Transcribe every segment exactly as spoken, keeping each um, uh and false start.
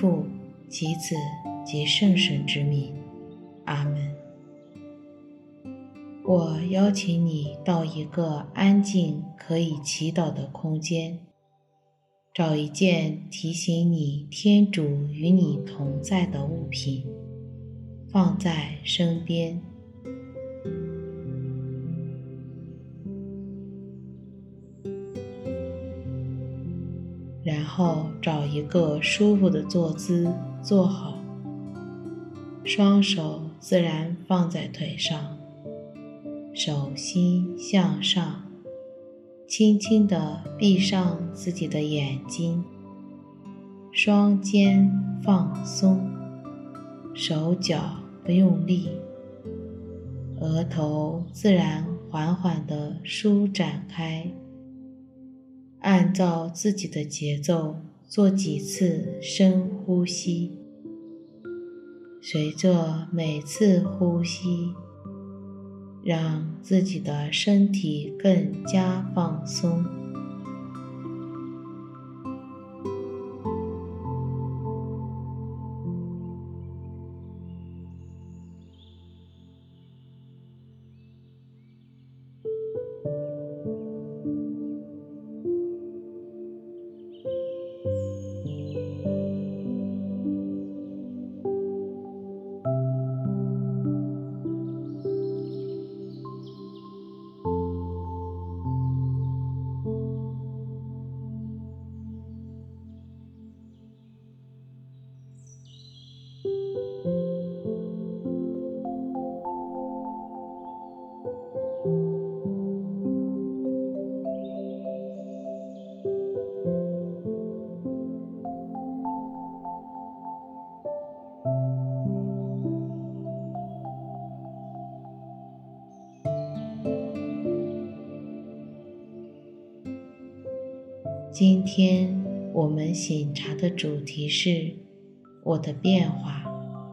父及子及圣神之名，阿们。我邀请你到一个安静可以祈祷的空间，找一件提醒你天主与你同在的物品，放在身边。然后找一个舒服的坐姿坐好，双手自然放在腿上，手心向上，轻轻地闭上自己的眼睛，双肩放松，手脚不用力，额头自然缓缓地舒展开。按照自己的节奏做几次深呼吸，随着每次呼吸，让自己的身体更加放松。今天我们醒茶的主题是我的变化。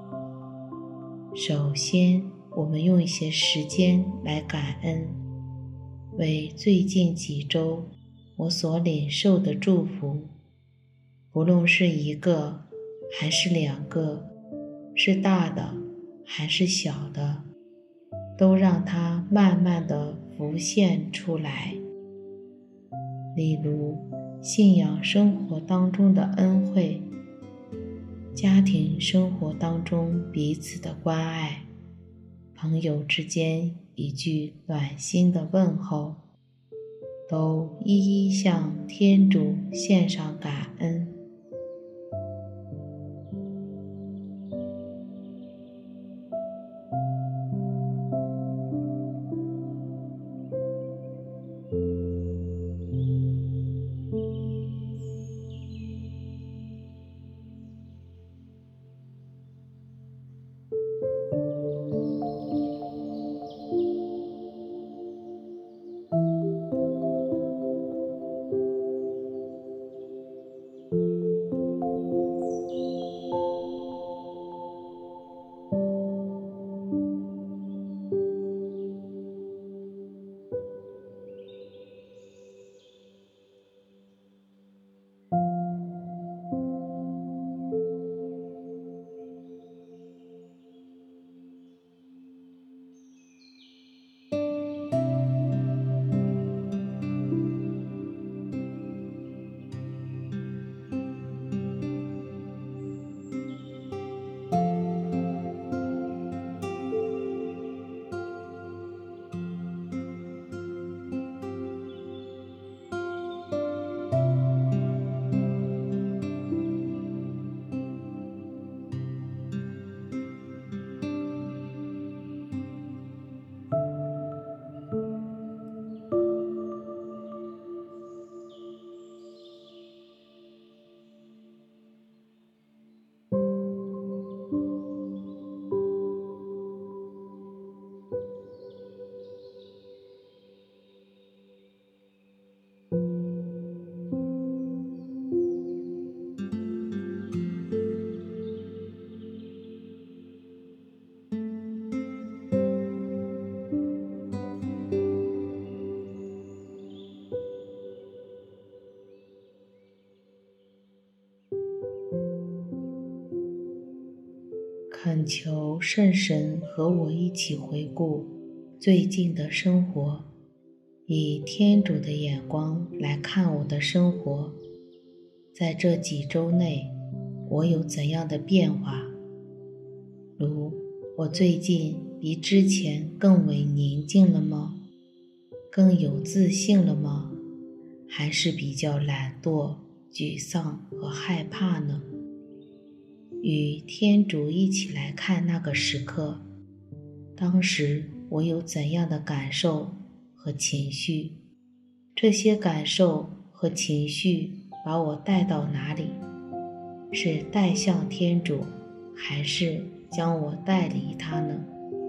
首先，我们用一些时间来感恩，为最近几周我所领受的祝福，不论是一个还是两个，是大的还是小的，都让它慢慢地浮现出来。例如信仰生活当中的恩惠，家庭生活当中彼此的关爱，朋友之间一句暖心的问候，都一一向天主献上感恩。 恳求圣神和我一起回顾最近的生活，以天主的眼光来看我的生活。在这几周内，我有怎样的变化？如，我最近比之前更为宁静了吗？更有自信了吗？还是比较懒惰、沮丧和害怕呢？与天主一起来看那个时刻，当时我有怎样的感受和情绪？这些感受和情绪把我带到哪里？是带向天主，还是将我带离他呢？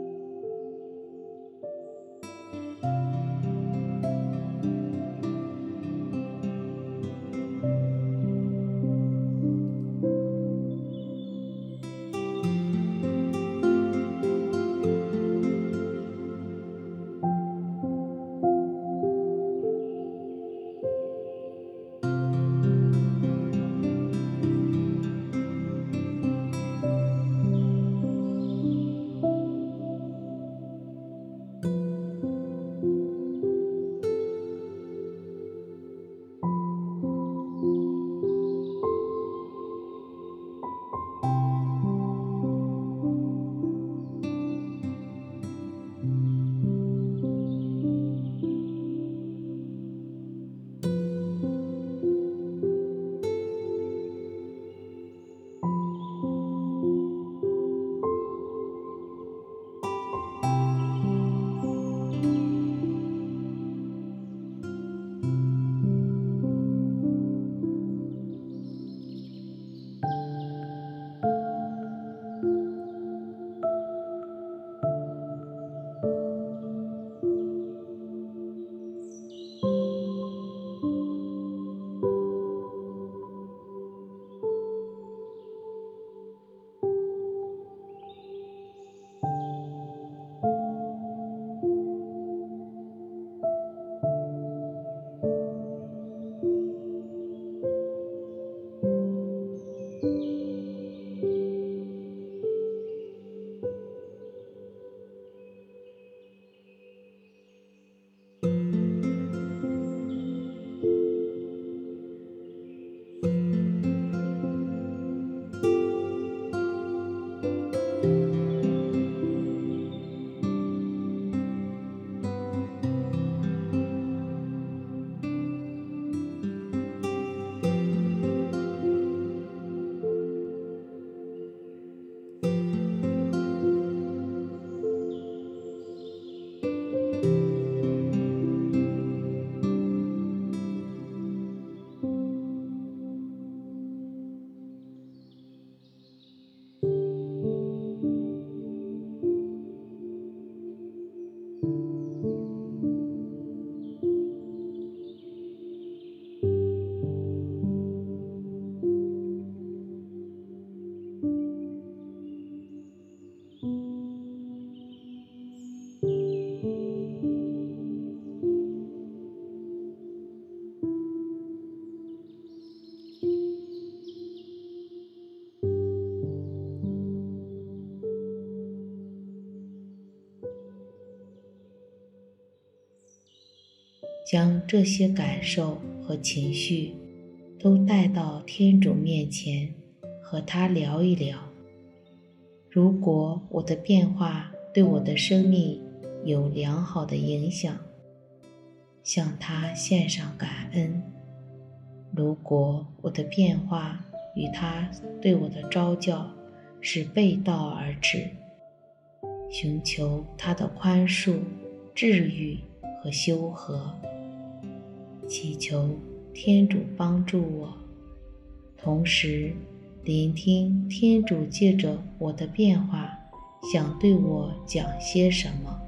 将这些感受和情绪都带到天主面前，和他聊一聊。如果我的变化对我的生命有良好的影响，向他献上感恩；如果我的变化与他对我的召叫是背道而驰，寻求他的宽恕、治愈和修和，祈求天主帮助我，同时聆听天主借着我的变化想对我讲些什么。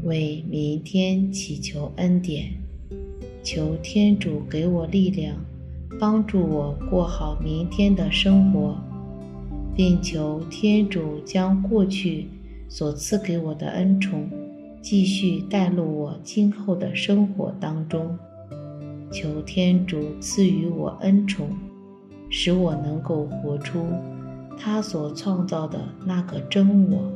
为明天祈求恩典，求天主给我力量，帮助我过好明天的生活，并求天主将过去所赐给我的恩宠继续带入我今后的生活当中。求天主赐予我恩宠，使我能够活出他所创造的那个真我。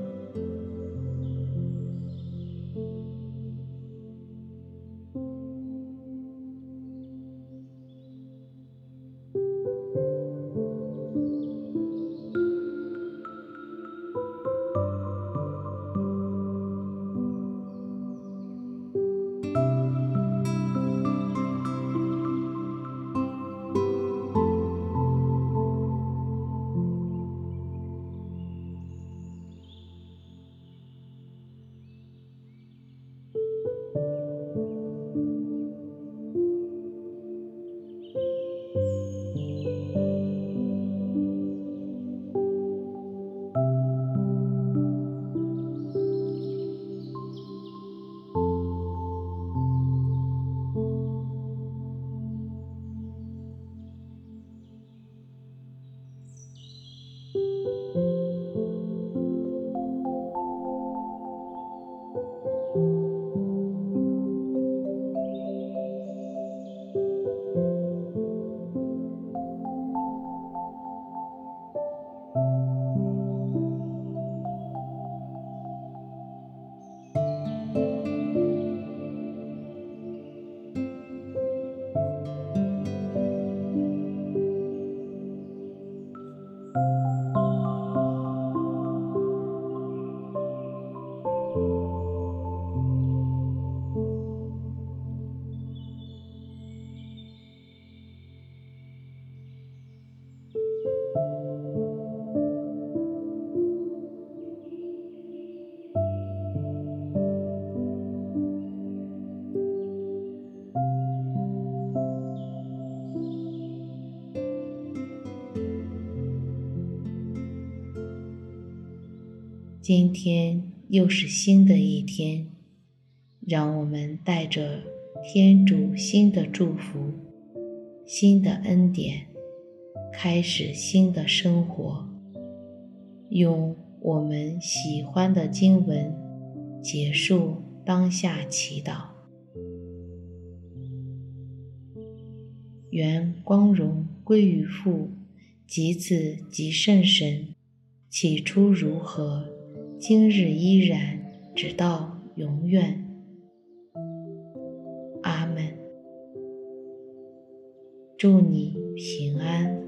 今天又是新的一天，让我们带着天主新的祝福、新的恩典，开始新的生活。用我们喜欢的经文结束当下祈祷。愿光荣归于父及子及圣神，起初如何，今日依然，直到永远。阿们。祝你平安。